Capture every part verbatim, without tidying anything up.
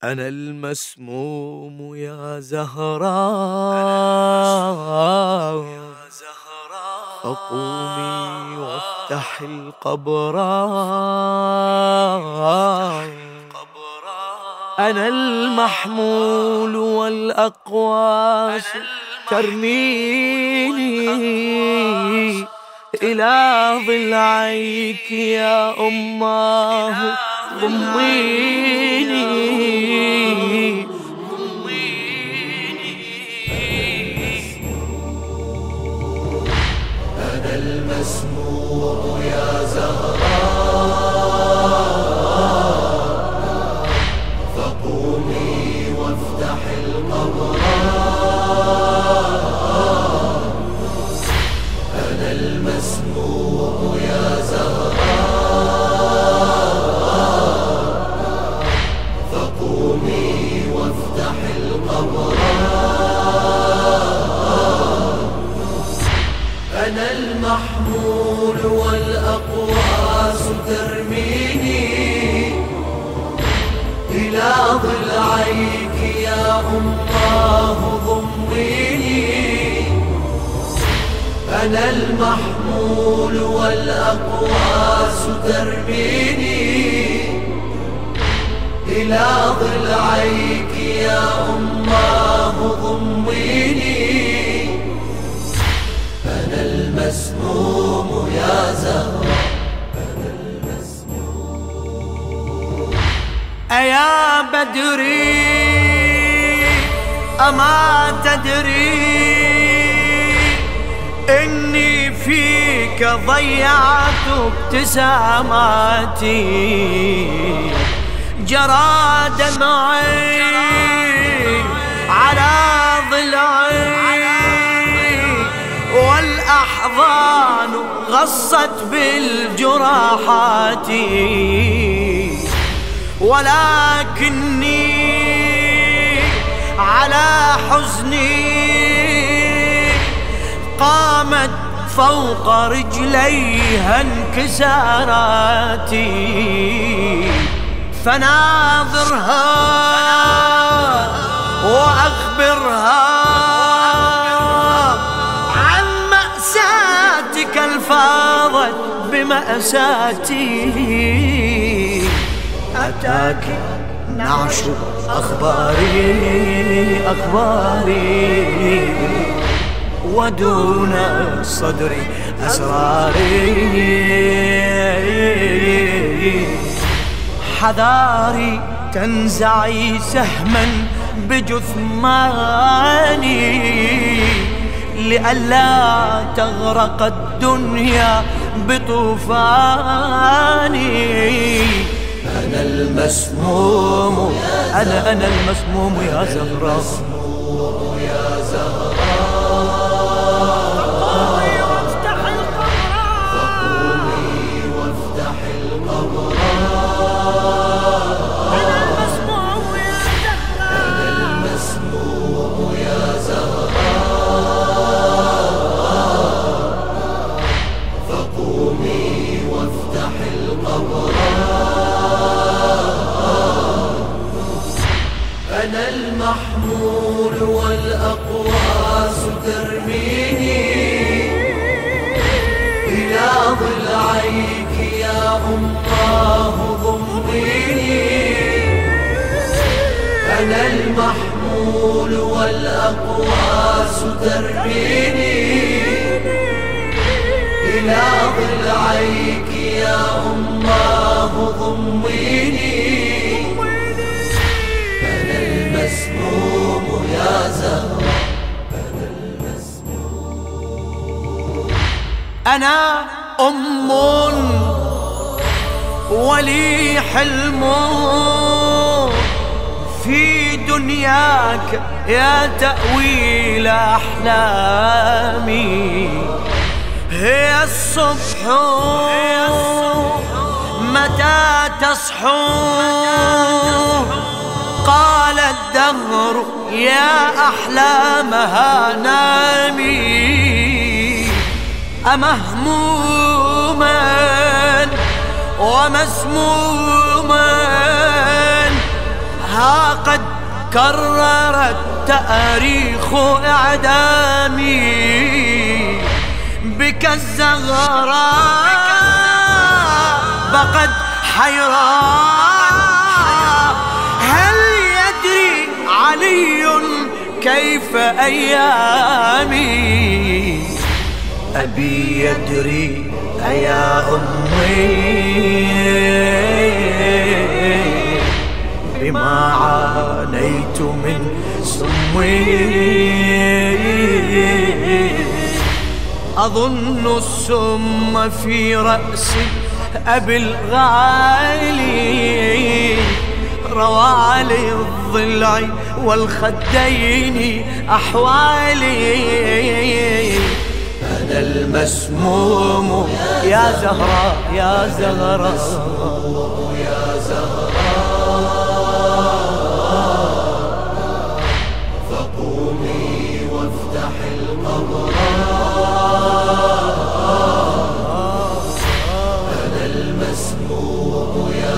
أنا المسموم يا زهراء، فقومي وافتحي القبر. أنا المحمول والأقواس ترميني إلى ضلعيك يا أماه ضميني. أنا المسموم يا زهراء، فقومي وافتحي القبر. أنا المسموم يا زهراء، فقومي وافتحي القبر. أنا المحمول والأقواس ترميني إلى ضلعيك يا أماه ضميني. أنا المحمول والأقواس ترميني إلى ضلعيك يا أماه ضميني. أنا المسموم يا زهراء، أنا المسموم. أيا بدري أما تدري إني فيك ضيعت ابتساماتي، جرى دمعي على ضلعي والأحضان غصت بالجراحات، ولكني على حزني قامت فوق رجليها انكساراتي. فناظرها وأخبرها عن مأساتك الفاضت بمأساتي. أتاك نعش أخباري أخباري، ودون صدري أسراري. حذاري تنزعي سهما بجثماني، لئلا تغرق الدنيا بطوفاني. أنا المسموم، أنا أنا المسموم يا زهراء، يا زهراء. فقومي وافتحي القبر، فقومي وافتحي القبر. أنا المسموم يا زهراء، أنا المسموم يا زهراء، فقومي وافتحي القبر. أنا المحمول والأقواس ترميني إلى ضلعيك يا أماه ضميني. أنا المحمول والأقواس ترميني إلى ضلعيك يا أماه ضميني. المسموم يا زهراء، أنا المسموم. أنا أم ولي حلم في دنياك يا تأويل أحلامي. هي الصبح متى تصحو قال الدهر يا أحلامها نامي. أمهموما ومسموما قد كررت تاريخ إعدامي بك الزهراء بقد حيراء. هل يدري علي كيف أيامي؟ أبي يدري أيا أمي بما عانيت من سمي. أظن السم في رأس أبي الغالي روى لي الضلع والخدين أحوالي. أنا المسموم يا زهراء يا زهراء يا زهراء، فقومي وافتحي القبر. أنا المسموم يا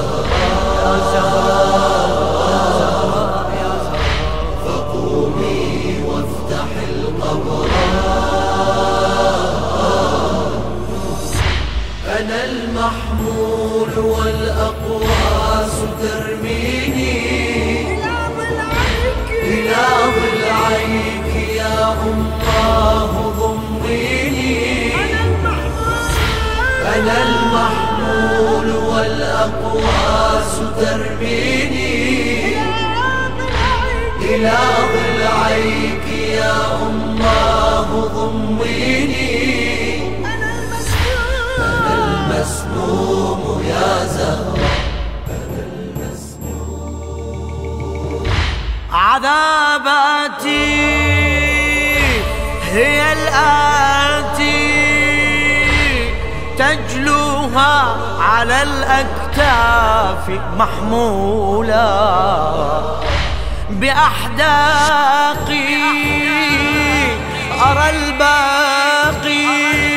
زهراء يا زهراء، فقومي وافتحي القبر. أنا المحمول والأقواس ترميني إلى ضلعيك يا أماه ضميني. أنا المحمول والأقواس ترميني إلى ضلعيك يا أماه ضميني. المسموم يا زهراء. عذاباتي هي الآتي تجلوها على الأكتاف محمولة بأحداقي أرى الباقي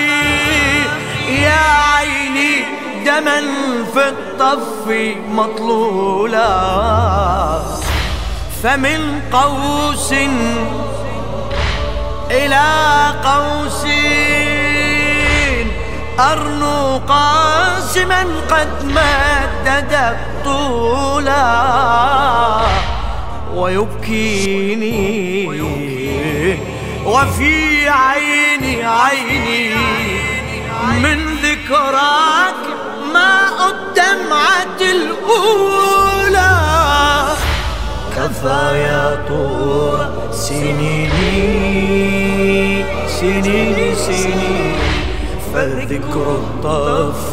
يا عيني دما في الطف مطلولا. فمن قوس إلى قوس أرنو قاسما قد مدد الطولا ويبكيني وفي عيني عيني من ذكراك ماء الدمعة الأولى. كفى يا طور سنيني سنيني سنيني فذكر الطف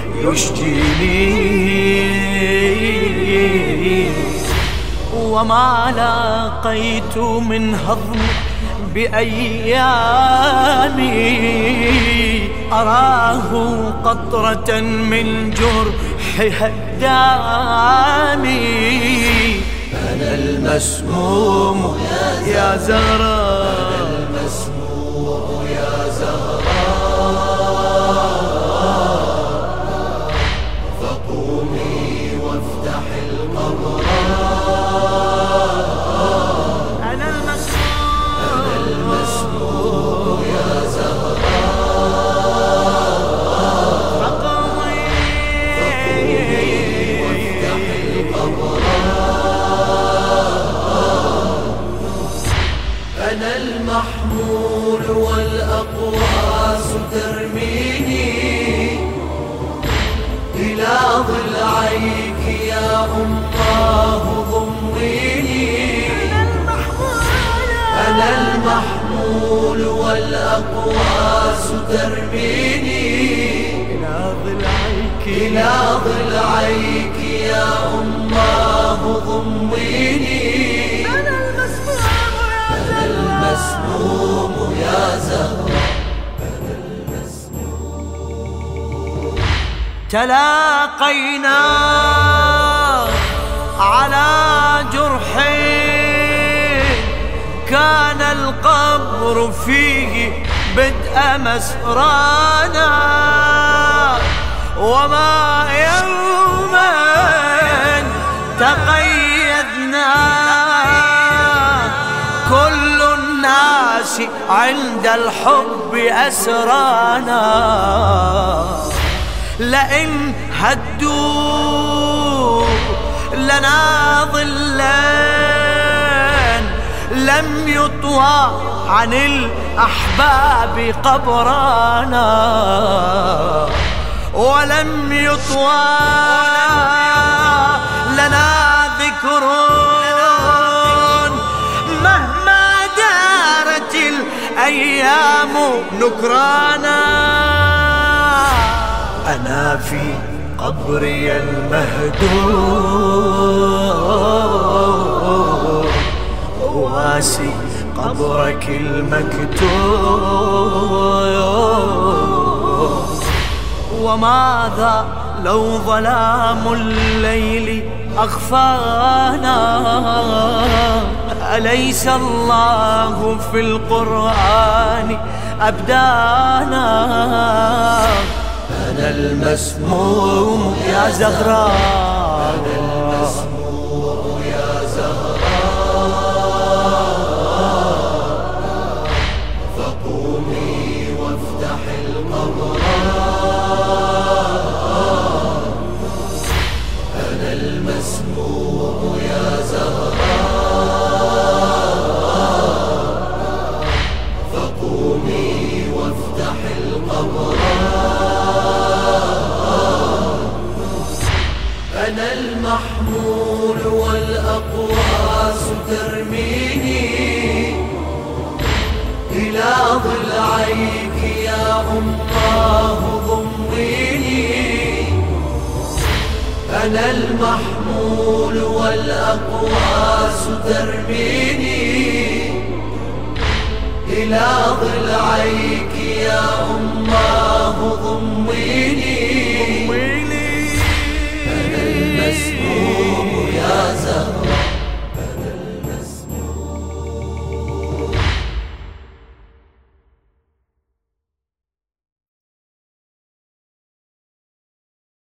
يشجيني. وما لاقيت من هضم بأيامي أراه قطرة من جرح هدامي. أنا المسموم يا زهراء. أنا المسموم يا زهراء، فقومي وافتحي القبر. أنا المسموم أنا المسموم يا زهراء، فقومي وافتحي القبر. أنا المحمول والأقواس ترميني إلى ضلعيك يا أماه ضميني. أنا المحمول والأقواس ترميني إلى ضلعيك إلى ضلعيك يا أماه ضميني. المسموم يا زهراء. تلاقينا على جرح كان القبر فيه بدء مسرانا، وما يوما تقيدنا كل الناس عند الحب أسرانا، لئن هدوا لنا ظلان لم يطوى عن الأحباب قبرانا، ولم يطوى لنا ذكر مهما دارت الأيام نكرانا. أنا في قبري المهدور واسي قبرك المكتوب، وماذا لو ظلام الليل أخفانا، أليس الله في القرآن أبدانا. أنا المسموم يا زهراء، أنا المسموم يا زهراء، فقومي وافتح القبر. أنا المسموم يا زهراء، فقومي وافتح القبر. أنا المحمول والأقواس ترميني إلى ضلعيك يا الله ضميني. أنا المحمول والأقواس ترميني إلى ضلعيك يا الله ضميني.